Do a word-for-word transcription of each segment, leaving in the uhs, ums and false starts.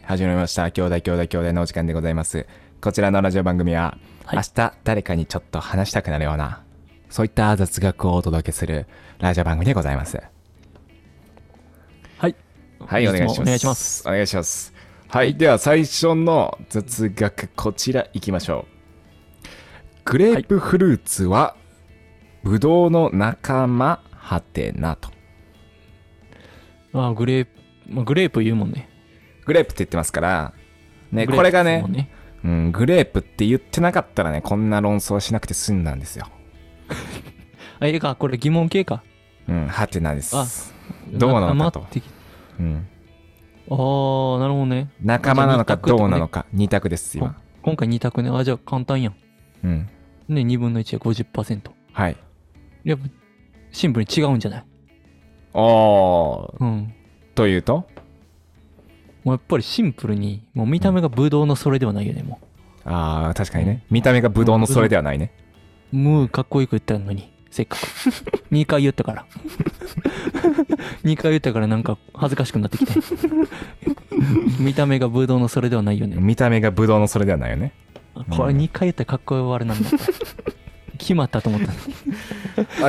始まりました。兄弟兄弟兄弟のお時間でございます。こちらのラジオ番組は、はい、明日誰かにちょっと話したくなるような、そういった雑学をお届けするラジオ番組でございます。 はい。 はい、お願いします。お願いします。お願いします。はい、では最初の雑学、こちら行きましょう。グレープフルーツは、ブドウの仲間はてなと。 ああ、グレープ、まあ、グレープ言うもんね。 グレープって言ってますから、ね、これがね、ねうん、グレープって言ってなかったらね、こんな論争しなくて済んだんですよ。 あ、ええか、これ疑問系か。 うん、はてなです。あ、どうなのかと。うん。 ああ、なるほどね。 仲間なのかどうなのか、に択です、今。 今回に択ね。あ、じゃあ簡単やん。 うん。 ね、にぶんのいちは ごじゅっパーセント。 はい。 やっぱ、シンプルに違うんじゃない？ ああ。うん。というと？ もうやっぱりシンプルに、もう見た目がブドウのそれではないよね、もう。 ああ、確かにね。見た目がブドウのそれではないね。 ムーかっこよく言ったのに、せっかく。にかい言ったから。にかい言ったからなんか恥ずかしくなってきて。見た目がブドウのそれではないよね。 見た目がブドウのそれではないよね。 これにかい言ったらかっこよ悪なんだった。決まったと思った。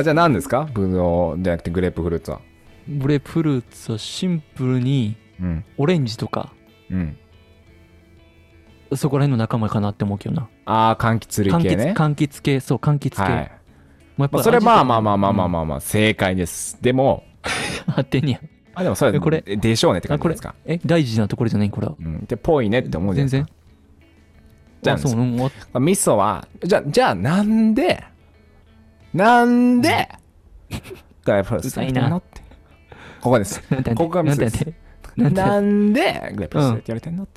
あ、じゃあ何ですか？ブドウじゃなくてグレープフルーツは。 グレープフルーツはシンプルに、うん、オレンジとか、うん、そこら辺の仲間かなって思うけどな。 ああ、柑橘類系ね。 柑橘系、そう、柑橘系。はい、 もうやっぱそれまあまあまあまあまあまあまあ正解です。でも、 合ってんねや。 あ、でもそれこれでしょうねって感じですか。 え、大事なところじゃないこれは。 うん。で、ぽいねって思うじゃないですか。 全然。じゃあ、そう、 うん、味噌は、じゃあ、じゃあなんで、なんで、グレープフルーツって言うのって。ここです。ここがミスです。なんでグレープフルーツって言われてんのって。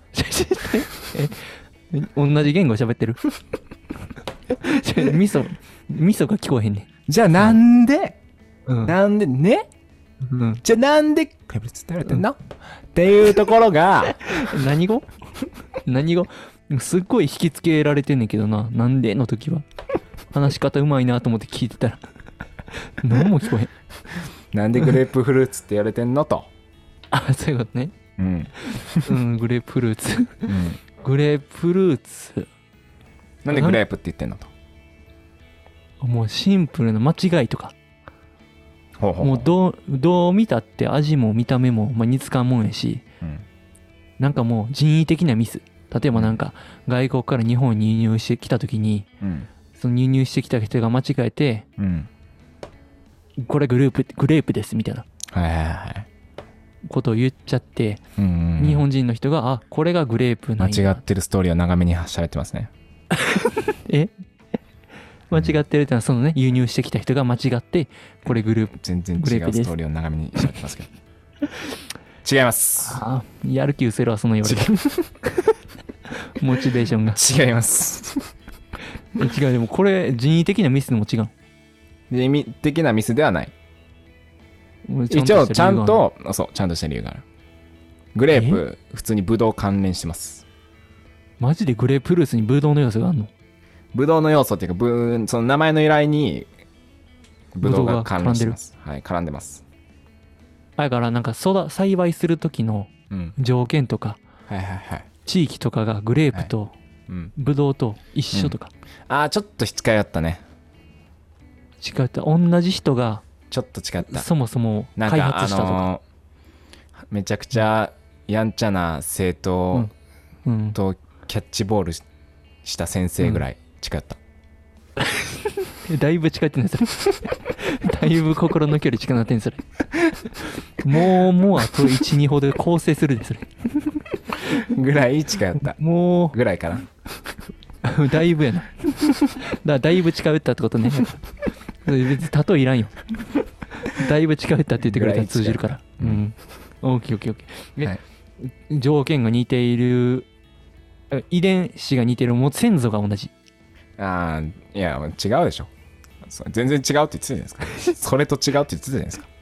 え、同じ言語喋ってる。味噌、味噌が聞こえへんねん。 じゃあなんで、うん、なんでね、うん、じゃあなんでグレープフルーツって言われてんの、うん、っていうところが何語何語すっごい引きつけられてんねんけどな。なんでの時は話し方うまいなと思って聞いてたら何も聞こえへん。 なんでグレープフルーツって言われてんのと。 あ、そういうことね。うん、うん、グレープフルーツ、うん、グレープフルーツなんでグレープって言ってんのと。 もうシンプルな間違いとか。ほうほうほう。もうどうどう見たって味も見た目も、まあ、似つかんもんやし、うん、なんかもう人為的なミス。例えばなんか外国から日本に輸入してきた時に、うん、その輸入してきた人が間違えて、うん、これグループグレープですみたいな、はいはいはい、ことを言っちゃって、うんうん、日本人の人があこれがグレープなんや。 間違ってるストーリーを長めに喋ってますね。 え間違ってるってのはそのね輸入してきた人が間違ってこれグループ全然違うストーリーを長めに喋ってますけど違います。 あやる気失せるわその言われモチベーションが違います違う。でもこれ人為的なミスでも違う。 人為的なミスではない。一応ちゃんとそうちゃんとした理由がある。グレープ普通にブドウ関連してます。 マジでグレープフルーツにブドウの要素があるの？ ブドウの要素っていうかブその名前の由来にブドウが関連してます。はい、絡んでます。 だからなんか育栽培する時の条件とか、 うん、はいはいはい、 地域とかがグレープとブドウと一緒とか、 うん、ああちょっと近寄ったね。 違った。同じ人がちょっと違った。 そもそも開発したとか、あのー、めちゃくちゃやんちゃな生徒とキャッチボールした先生ぐらい近寄った、 うん、だいぶ近いってんねそれだいぶ心の距離近くなってんねそれもうもうあと いち,に 歩で構成するでそれぐらい近寄った。もうぐらいかなだいぶやな。だだいぶ近寄ったってことね。別に例えいらんよ。だいぶ近寄ったって言ってくれたら通じるから。うん。オッケーオッケーオッケー。はい、条件が似ている、遺伝子が似てる、もう先祖が同じ。 ああ、いや違うでしょ。全然違うって言ってたじゃないですか。それと違うって言ってたじゃないですか。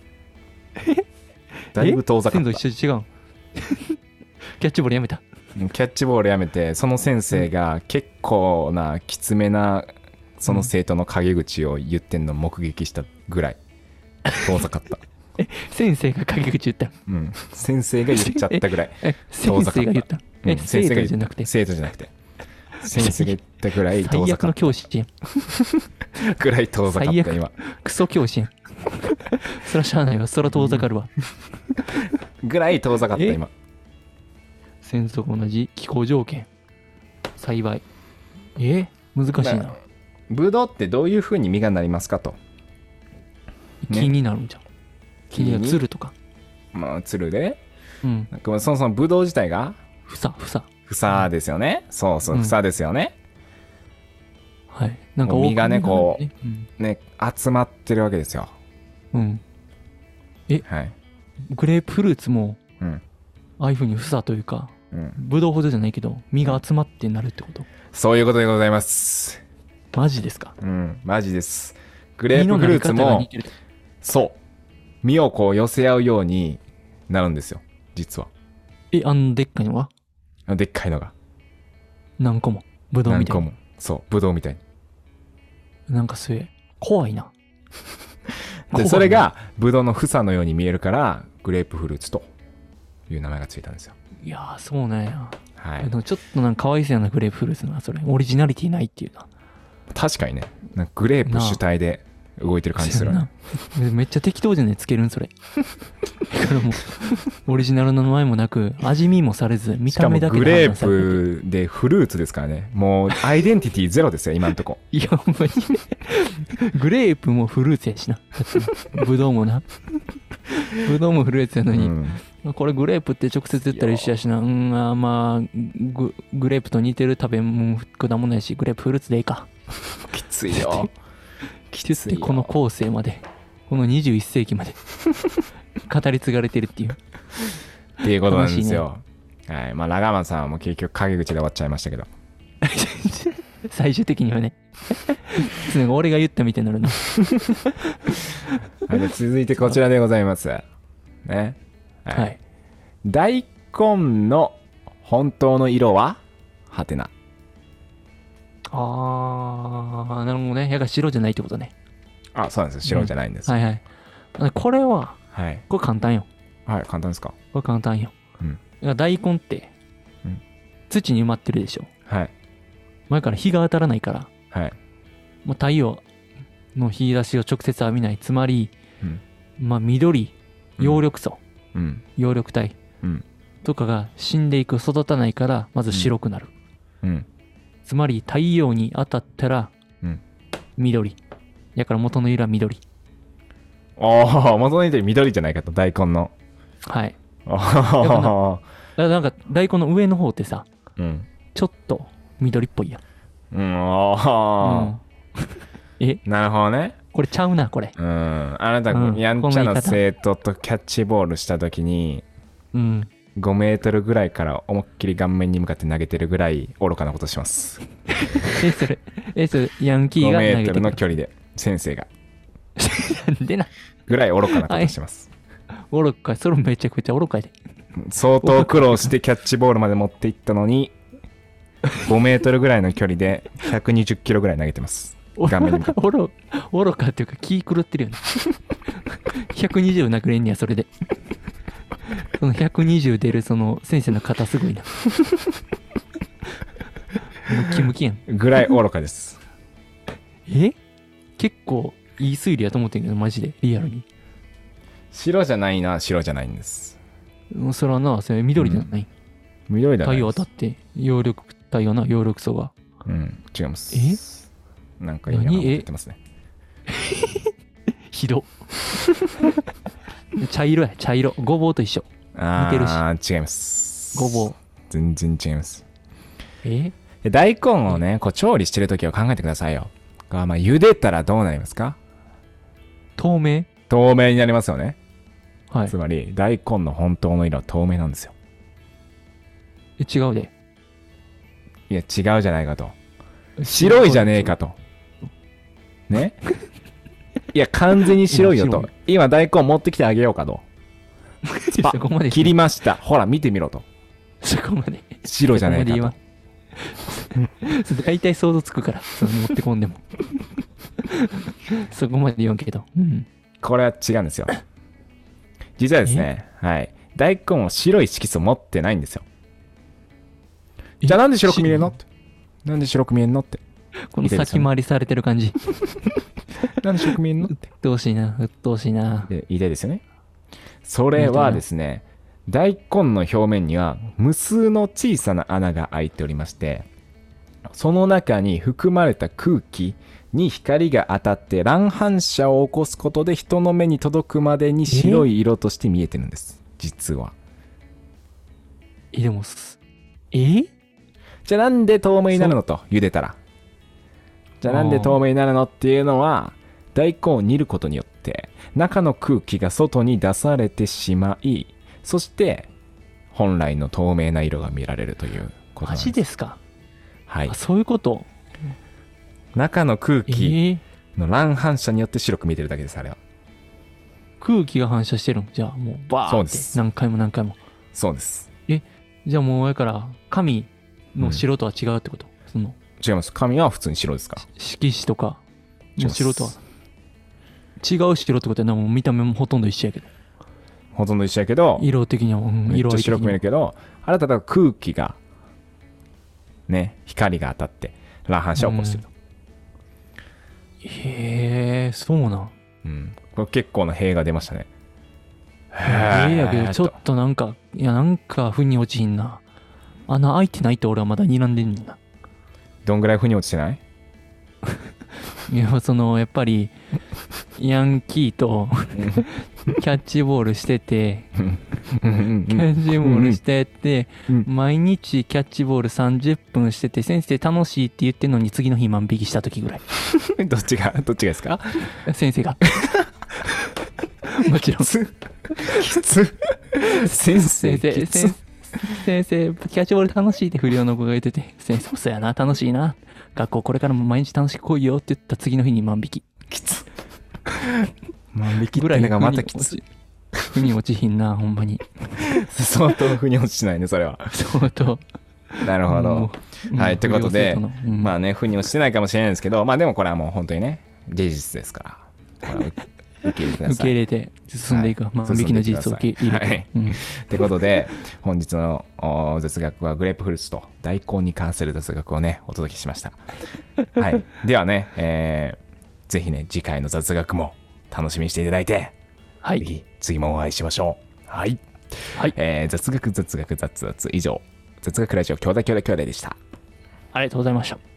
だいぶ遠ざかった。 先祖一緒に違う。キャッチボールやめた。 キャッチボールやめて、その先生が結構なきつめなその生徒の陰口を言ってんのを目撃したぐらい遠ざかった。 え、先生が陰口言った。 うん。先生が言っちゃったぐらい。 え、先生が言った。え、うん、生徒じゃなくて。 生徒じゃなくて。先生が言ったぐらい遠ざかった。 最悪の教師やん。 ぐらい遠ざかった今。 クソ教師やん。そらしゃあないわ。そら遠ざかるわ。 ぐらい遠ざかった今。 戦争同じ気候条件。栽培。え難しいな。 ブドウってどういう風に実がなりますかと。 ね、木になるんじゃん。木につるとか。 まあ、つるで。 うん。 なんかそもそもブドウ自体が房、房。 房ですよね。そうそう、房ですよね。 うん、はい。なんか実がね、こう、うん、ね、集まってるわけですよ。 うん。え、はい、グレープフルーツも、うん、ああいう風に房というか、うん、ブドウほどじゃないけど、実が集まってなるってこと？ そういうことでございます。 マジですか？ うん、マジです。グレープフルーツも、そう。実をこう寄せ合うようになるんですよ、実は。 え、あのでっかいのが？ でっかいのが。 何個も。ブドウみたいに。 何個も。そう、ブドウみたいに。なんかすげえ。怖いな。 で、それがブドウの房のように見えるから、グレープフルーツという名前がついたんですよ。 いやー、そうね。 はい。 でもちょっとなんか可愛そうやな、グレープフルーツな、それ。オリジナリティないっていうな。 確かにね。なんかグレープ主体で動いてる感じするね。 めっちゃ適当じゃねつけるんそれ。だからもうオリジナルの名前もなく味見もされず見た目だけでグレープでフルーツですからね。もうアイデンティティゼロですよ今んとこ。 いやほんまにグレープもフルーツやしな。ブドウもな。ブドウもフルーツやのに、うん、これグレープって直接言ったら一緒やしな。うんあまあ グ, グレープと似てる食べ物果物やしグレープフルーツでいいか。 きついよ。 きついこの後世までこのにじゅういっ世紀まで語り継がれてるっていうっていうことなんですよ、ね、はい。まあラガーマンさんはもう結局陰口で終わっちゃいましたけど最終的にはね俺が言ったみたいになるのはい。続いてこちらでございますね。はい、はい、大根の本当の色ははてな。 あー、なるほどね。やが白じゃないってことね。 あ、そうなんですよ。白じゃないんです。 うん、はいはい。これは、はい、これ簡単よ。 はい、簡単ですか。 これ簡単よ。うん、大根って、うん、土に埋まってるでしょ。はい。前から日が当たらないから、はい。まあ、太陽の日差しを直接浴びない。つまり、うん、まあ、緑、葉緑素、うん、葉緑体、うん、とかが死んでいく、育たないから、まず白くなる。うん、うんつまり太陽に当たったら緑、うん、やから元の色は緑。 ああ元の色は緑じゃないかと大根の。 はいああなんか大根の上の方ってさ、うん、ちょっと緑っぽいやん。うんああ、うん、えなるほどね。 これちゃうなこれ。 うんあなた、うん、やんちゃな生徒とキャッチボールした時にうんごメートルぐらいから思いっきり顔面に向かって投げてるぐらい愚かなことします。 え、それ、え、それ、ヤンキーが投げてる。ごメートルの距離で、先生が。 なんでな。 ぐらい愚かなことします。 愚かい、それめちゃくちゃ愚かいで。 相当苦労してキャッチボールまで持っていったのに、ごメートルぐらいの距離でひゃくにじゅっキロぐらい投げてます。顔面に向かって。 愚かっていうか気狂ってるよね。ひゃくにじゅう投げれんねや、それで。そのひゃくにじゅう出るその先生の肩すごいな。ムキムキやん。 ぐらい愚かです。 え結構いい推理やと思ってんけど、マジでリアルに。 白じゃないな、白じゃないんです。 それはな、それ緑じゃない。 うん、緑だね。 太陽当たって葉緑太陽な葉緑素が。 うん、違います。えなんかいいな言ってますね。 ひど。茶色や茶色ごぼうと一緒。似てるし。 あー違います。 ごぼう全然違います。 え大根をねこう調理してるときは考えてくださいよ。まあ茹でたらどうなりますか？ 透明透明になりますよね。 はい。 つまり大根の本当の色は透明なんですよ。 え違うで。 いや違うじゃないかと。白いじゃねえかとね。いや完全に白いよと。今大根持ってきてあげようかと。 そこまで切りました。ほら見てみろと。 そこまで白じゃないかと。 大体想像つくからその持ってこんでもそこまで言わんけど、うん、 これは違うんですよ。 実はですね、はい、大根は白い色素持ってないんですよ。じゃあなんで白く見えるのって。なんで白く見えるのって。 この先回りされてる感じ。 なんで白く見えるのって。 うっとうしいな、うっとうしいな。 で、いいですよね。それはですね、大根の表面には無数の小さな穴が開いておりまして、その中に含まれた空気に光が当たって乱反射を起こすことで人の目に届くまでに白い色として見えてるんです。実は。 え、でも、えじゃあなんで透明になるのと、茹でたら。じゃあなんで透明になるのっていうのは、大根を煮ることによって中の空気が外に出されてしまい、そして本来の透明な色が見られるということなんです。 マジですか。 はい。 そういうこと。 中の空気の乱反射によって白く見えてるだけです、あれは。 空気が反射してるんじゃあもうバーって何回も何回も。 そうです。 え、じゃあもうやから紙の白とは違うってこと、うん、その違います。紙は普通に白ですか。 色紙とかもう白とは違う白ってことはもう見た目もほとんど一緒やけど。 ほとんど一緒やけど、 色的には、うん、 めっちゃ白く見えるけど、あなたは空気がね、光が当たって乱反射を起こしてると。 うん、へえ、そうなん。 うん。これ結構な塀が出ましたね。 へえやけどちょっとなんかいやなんか腑に落ちひんな。穴開いてないって俺はまだ睨んでんねんな。 どんぐらい腑に落ちてない？ いやそのやっぱりヤンキーとキャッチボールしててキャッチボールしてて毎日キャッチボールさんじゅっぷんしてて先生楽しいって言ってんのに次の日万引きした時ぐらい。 どっちがどっちがですか？ 先生がもちろんきつ先生先生先生キャッチボール楽しいって不良の子が言ってて先生もそうやな楽しいな学校これからも毎日楽しく来いよって言った次の日に万引き。 きつ万引きってのがまたきつい。 腑に落ちひんなほんまに。 相当腑に落ちないねそれは。 相当。 なるほど。はい、ということで、うん、まあね腑に落ちてないかもしれないですけど、まあでもこれはもう本当にね事実ですから。これは受け入れてください。受け入れて進んでいく、はい、万引きの事実を受け入れて。 はいうん、ってことで本日の雑学はグレープフルーツと大根に関する雑学をねお届けしました。はい、ではね、えー、ぜひね次回の雑学も楽しみにしていただいて、はい、ぜひ次もお会いしましょう。はい、はいえー、雑学雑学雑雑以上雑学ラジオ兄弟兄弟兄弟でした。 ありがとうございました。